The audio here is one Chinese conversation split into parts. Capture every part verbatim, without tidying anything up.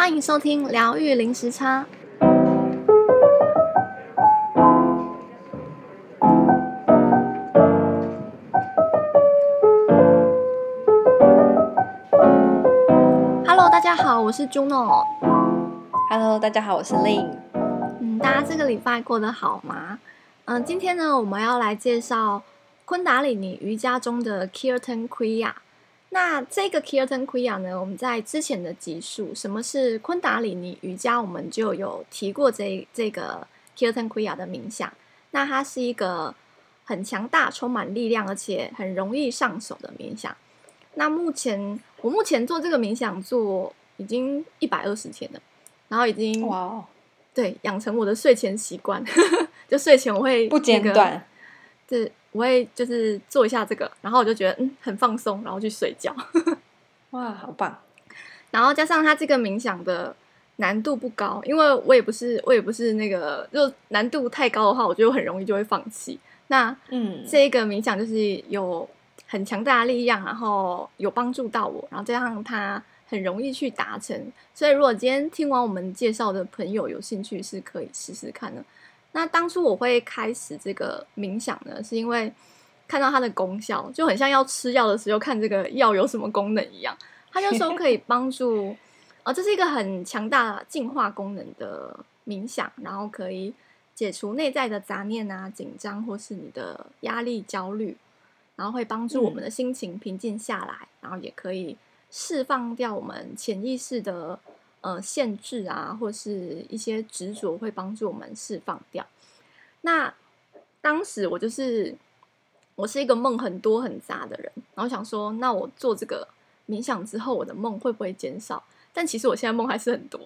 欢迎收听疗愈零时差。Hello， 大家好，我是 Juno。 Hello， 大家好，我是 Lin。 嗯，大家这个礼拜过得好吗？嗯，今天呢，我们要来介绍昆达里尼瑜伽中的 Kirtan Kriya。那这个 Kirtan Kriya 呢，我们在之前的集数什么是昆达里尼瑜伽，我们就有提过这这个 Kirtan Kriya 的冥想。那它是一个很强大、充满力量，而且很容易上手的冥想。那目前我目前做这个冥想做已经一百二十天了，然后已经哇哦， 对养成我的睡前习惯，就睡前我会、那个、 不间断， 对，我会就是做一下这个，然后我就觉得嗯很放松，然后去睡觉。 哇，好棒！ 然后加上它这个冥想的难度不高，因为我也不是我也不是那个，就难度太高的话，我觉得我很容易就会放弃。那嗯，这个冥想就是有很强大的力量，然后有帮助到我，然后加上它很容易去达成，所以如果今天听完我们介绍的朋友有兴趣，是可以试试看的。那当初我会开始这个冥想呢，是因为看到它的功效，就很像要吃药的时候看这个药有什么功能一样。它就说可以帮助，呃，这是一个很强大净化功能的冥想，然后可以解除内在的杂念啊、紧张或是你的压力、焦虑，然后会帮助我们的心情平静下来，嗯、然后也可以释放掉我们潜意识的呃限制啊，或是一些执着，会帮助我们释放掉。那当时我就是我是一个梦很多很杂的人，然后想说，那我做这个冥想之后，我的梦会不会减少？但其实我现在梦还是很多。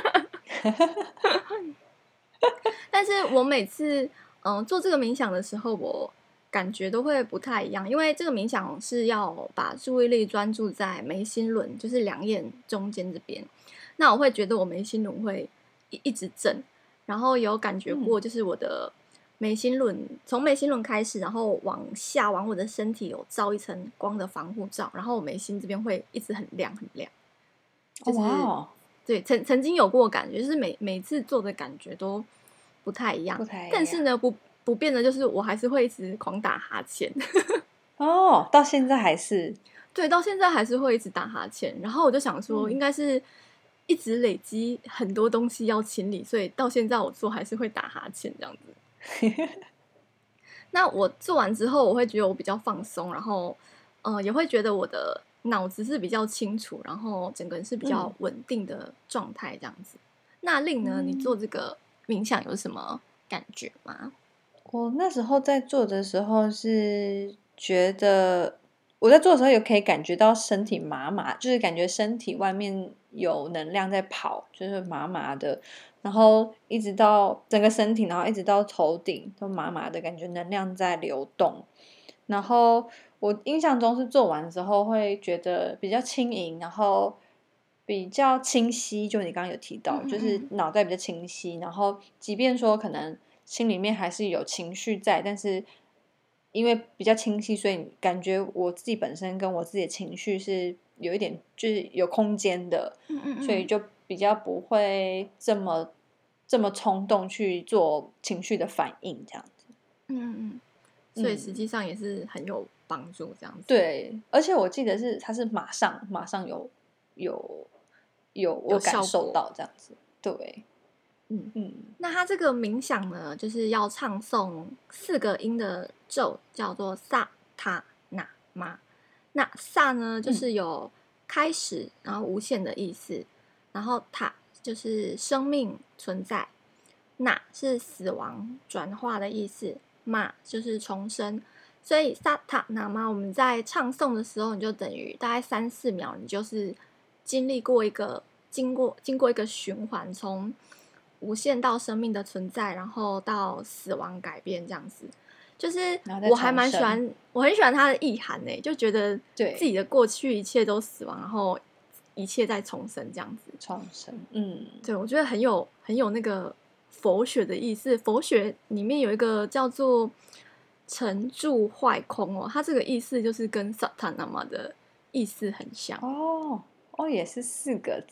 但是我每次嗯做这个冥想的时候，我感觉都会不太一样，因为这个冥想是要把注意力专注在眉心轮，就是两眼中间这边。那我会觉得我眉心轮会一一直震，然后有感觉过，就是我的眉心轮从眉心轮开始，然后往下往我的身体有照一层光的防护罩，然后我眉心这边会一直很亮很亮。就是、 哇哦， 对，曾曾经有过感觉，就是每每次做的感觉都不太一样， 不太一样。 但是呢，不不变的就是我还是会一直狂打哈欠。 哦，到现在还是对，到现在还是会一直打哈欠。然后我就想说， 嗯、 应该是一直累积很多东西要清理，所以到现在我做还是会打哈欠这样子。那我做完之后，我会觉得我比较放松，然后呃，也会觉得我的脑子是比较清楚，然后整个人是比较稳定的状态这样子。嗯、那令呢，你做这个冥想有什么感觉吗？ 我那时候在做的时候是觉得，我在做的时候有可以感觉到身体麻麻，就是感觉身体外面有能量在跑，就是麻麻的，然后一直到整个身体，然后一直到头顶都麻麻的感觉，能量在流动。然后我印象中是做完之后会觉得比较轻盈，然后比较清晰，就你刚刚有提到， 嗯嗯嗯就是脑袋比较清晰，然后即便说可能心里面还是有情绪在，但是因为比较清晰，所以感觉我自己本身跟我自己的情绪是有一点就是有空间的， 嗯嗯嗯， 所以就比较不会这么这么冲动去做情绪的反应，这样子。 嗯嗯嗯，所以实际上也是很有帮助，这样子。 对，而且我记得是它是马上马上有有有我感受到这样子，对， 嗯嗯。那它这个冥想呢，就是要唱诵四个音的咒，叫做萨塔那玛。那萨呢，就是有开始，然后无限的意思，然后塔就是生命存在，那是死亡转化的意思，玛就是重生。所以萨塔那玛，我们在唱诵的时候，你就等于大概三四秒，你就是经历过一个经过经过一个循环，从无限到生命的存在，然后到死亡改变这样子。就是我还蛮喜欢，我很喜欢它的意涵呢，就觉得自己的过去一切都死亡，然后一切再重生这样子。 重生，嗯， 对，我觉得很有很有那个佛学的意思。佛学里面有一个叫做沉住坏空哦，它这个意思就是跟萨塔那玛的意思很像。 哦哦，也是四个字。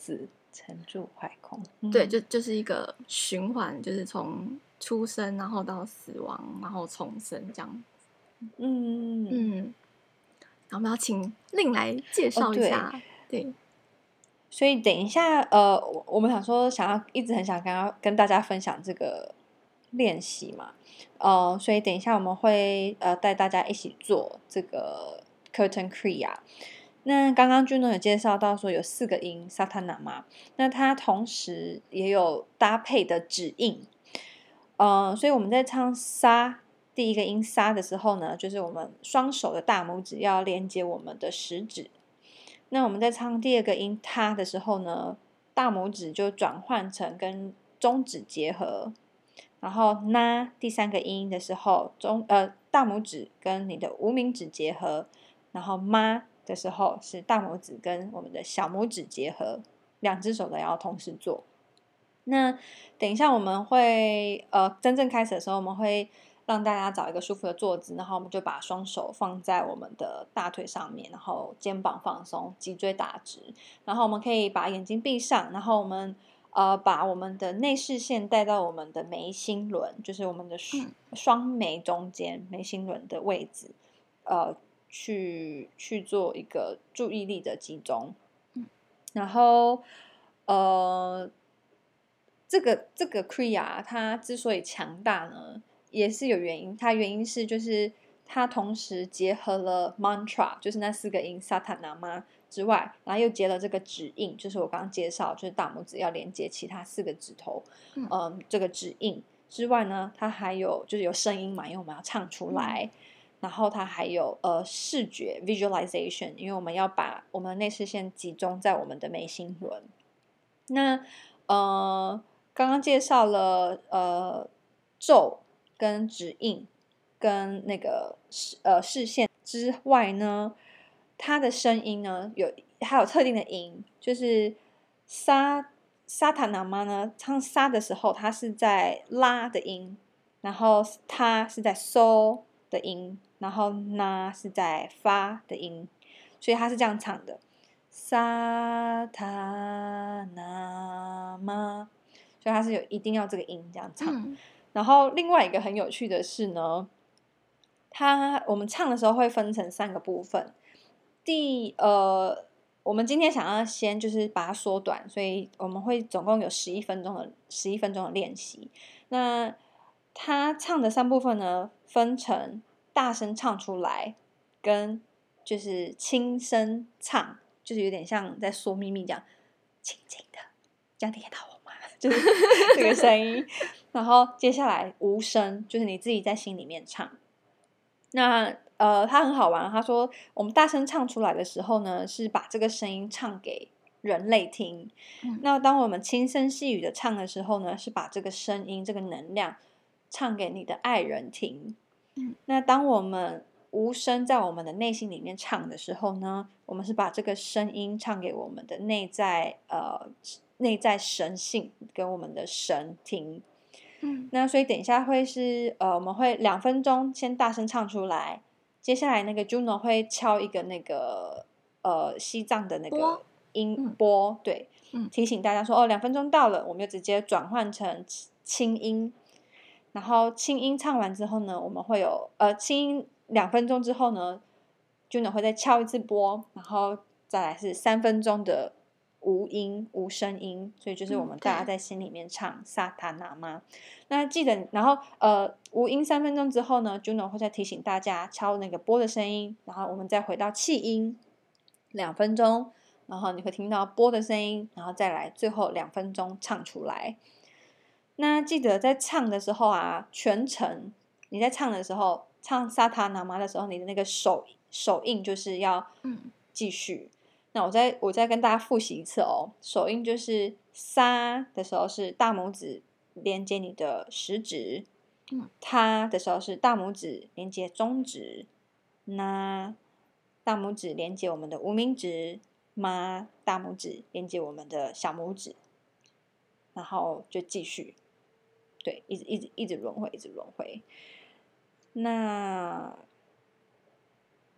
沉住坏空， 对，就就是一个循环，就是从出生然后到死亡，然后重生这样。嗯嗯，然后我们要请令来介绍一下，哦、对。对， 所以等一下，呃，我们想说，想要一直很想跟跟大家分享这个练习嘛，呃，所以等一下我们会呃带大家一起做这个 Curtain Kriya。那刚刚 Juno 有介绍到说有四个音 Satanama， 那它同时也有搭配的指印，呃，所以我们在唱沙第一个音沙的时候呢，就是我们双手的大拇指要连接我们的食指。那我们在唱第二个音他的时候呢，大拇指就转换成跟中指结合，然后那第三个音的时候，中呃大拇指跟你的无名指结合，然后妈的时候是大拇指跟我们的小拇指结合，两只手都要同时做。那等一下我们会呃真正开始的时候，我们会让大家找一个舒服的坐姿，然后我们就把双手放在我们的大腿上面，然后肩膀放松，脊椎打直，然后我们可以把眼睛闭上，然后我们呃把我们的内视线带到我们的眉心轮，就是我们的双眉中间眉心轮的位置，呃，去去做一个注意力的集中，然后呃。这个这个 Kriya 它之所以强大呢，也是有原因。它原因是就是它同时结合了 mantra， 就是那四个音 Satanama 之外，然后又结了这个指印，就是我刚刚介绍，就是大拇指要连接其他四个指头，嗯、呃，这个指印之外呢，它还有就是有声音嘛，因为我们要唱出来。嗯，然后它还有呃视觉 visualization， 因为我们要把我们的内视线集中在我们的眉心轮。那呃。刚刚介绍了呃咒跟指印跟那个视呃视线之外呢，它的声音呢有还有特定的音，就是沙沙塔拿妈呢唱沙的时候，它是在拉的音，然后它是在嗦的音，然后那是在发的音，所以它是这样唱的，沙塔拿妈。所以它是有一定要这个音这样唱，嗯、然后另外一个很有趣的是呢，它我们唱的时候会分成三个部分。第呃，我们今天想要先就是把它缩短，所以我们会总共有十一分钟的十一分钟的练习。那他唱的三部分呢，分成大声唱出来，跟就是轻声唱，就是有点像在说秘密这样，轻轻的，这样听得到我。就是这个声音，然后接下来无声，就是你自己在心里面唱。那呃，他很好玩，他说我们大声唱出来的时候呢，是把这个声音唱给人类听。嗯、那当我们轻声细语的唱的时候呢，是把这个声音、这个能量唱给你的爱人听。嗯、那当我们无声在我们的内心里面唱的时候呢，我们是把这个声音唱给我们的内在呃。内在神性跟我们的神听，嗯，那所以等一下会是呃，我们会两分钟先大声唱出来，接下来那个 Juno 会敲一个那个呃西藏的那个音波，嗯、对，嗯、提醒大家说哦，两分钟到了，我们就直接转换成轻音，然后轻音唱完之后呢，我们会有呃轻音两分钟之后呢 ，Juno 会再敲一次波，然后再来是三分钟的。无音无声音，所以就是我们大家在心里面唱萨塔拿妈。那记得，然后呃无音三分钟之后呢 ，Juno 会再提醒大家敲那个波的声音，然后我们再回到气音两分钟，然后你会听到波的声音，然后再来最后两分钟唱出来。那记得在唱的时候啊，全程你在唱的时候，唱萨塔拿妈的时候，你的那个手手印就是要继续。嗯那我再我再跟大家复习一次哦，手印就是撒的时候是大拇指连接你的食指，嗯，他的时候是大拇指连接中指，那大拇指连接我们的无名指，妈大拇指连接我们的小拇指，然后就继续，对，一直一直一直轮回，一直轮回。那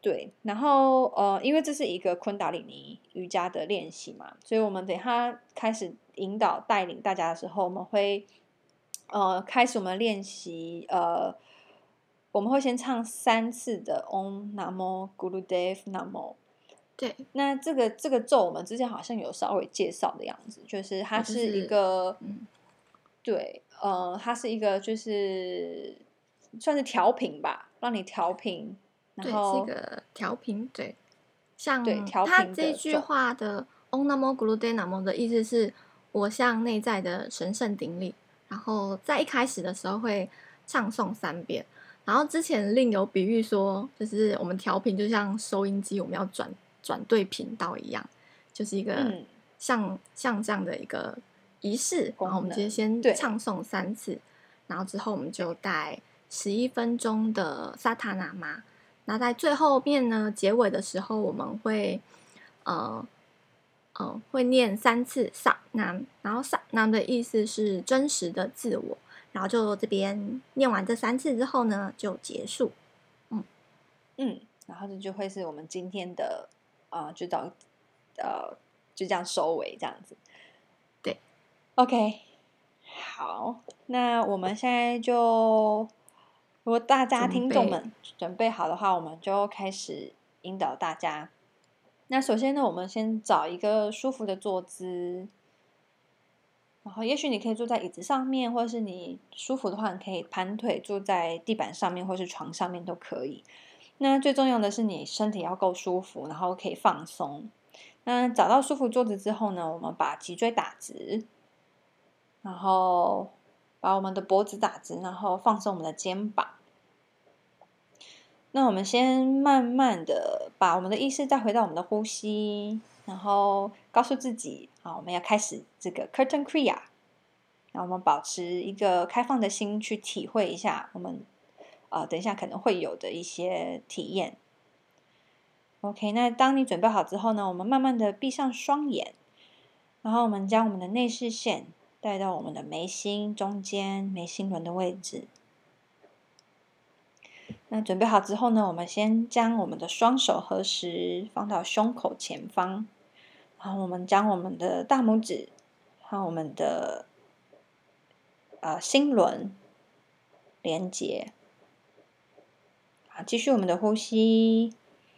对，然后呃，因为这是一个昆达里尼瑜伽的练习嘛，所以我们等一下开始引导带领大家的时候，我们会呃开始我们练习呃，我们会先唱三次的 Om Namo Gurudev Namo。 对， 那这个这个咒我们之前好像有稍微介绍的样子，就是它是一个， 就是嗯、 对，呃，它是一个就是算是调频吧，让你调频，然对，是一后个调频，对， 对像调他频的这句咒， 话的 Om Namo Gurudev Namo 的意思是我向内在的神圣顶礼，然后在一开始的时候会唱诵三遍，然后之前另有比喻说，就是我们调频就像收音机，我们要转转对频道一样，就是一个嗯， 像像这样的一个仪式，然后我们直接先对唱诵三次，然后之后我们就带十一分钟的萨塔那玛。那在最后面呢，结尾的时候，我们会呃呃会念三次萨南，然后萨南的意思是真实的自我，然后就这边念完这三次之后呢，就结束。 嗯嗯，然后这就会是我们今天的啊、呃，就到呃就这样收尾这样子。 对 ，OK， 好，那我们现在就。如果大家听众们准备好的话，我们就开始引导大家。那首先呢，我们先找一个舒服的坐姿，然后也许你可以坐在椅子上面，或者是你舒服的话，你可以盘腿坐在地板上面，或是床上面都可以。那最重要的是你身体要够舒服，然后可以放松。那找到舒服坐姿之后呢，我们把脊椎打直，然后把我们的脖子打直，然后放松我们的肩膀。那我们先慢慢的把我们的意识带回到我们的呼吸，然后告诉自己，好，我们要开始这个 Curtain Kriya。那我们保持一个开放的心去体会一下我们啊、呃，等一下可能会有的一些体验。OK， 那当你准备好之后呢，我们慢慢的闭上双眼，然后我们将我们的内视线带到我们的眉心中间眉心轮的位置。那准备好之后呢，我们先将我们的双手合十，放到胸口前方，然后我们将我们的大拇指和我们的呃心轮连接。好，继续我们的呼吸，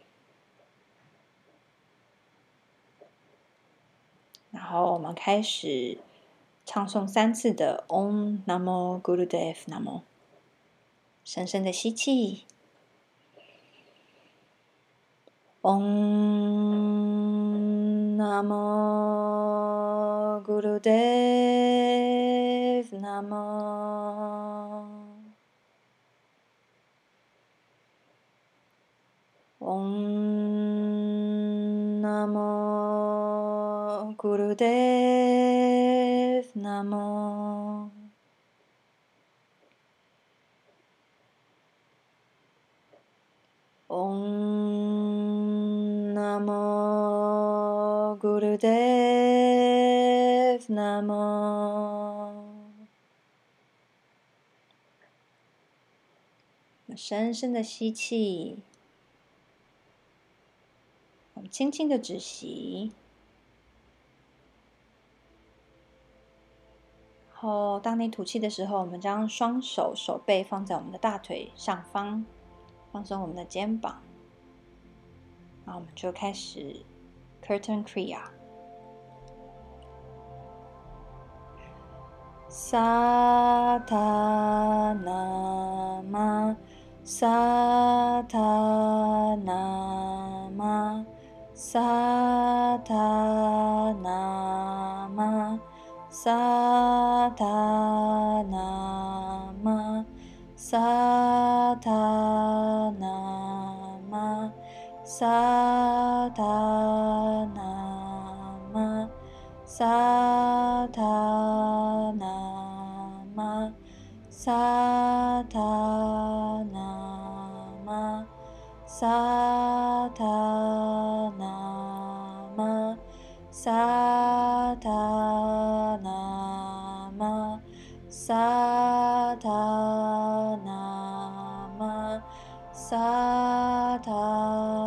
然后我们开始唱诵三次的 Om Namo Gurudev Namo。深深的吸气。Om Namo Gurudev Namo. Om Namo Gurudev Namo. Om Namo Gurudev Namo。深深的吸气，我们轻轻的止息。然后，当你吐气的时候，我们将双手手背放在我们的大腿上方，放松我们的肩膀。然后我们就开始 Curtain Kriya。萨塔那玛，萨塔那玛，萨塔那玛，萨塔那玛，萨塔那玛，萨塔那玛，萨塔那玛，萨塔那玛，萨塔那玛，萨塔那玛，萨塔那玛，萨塔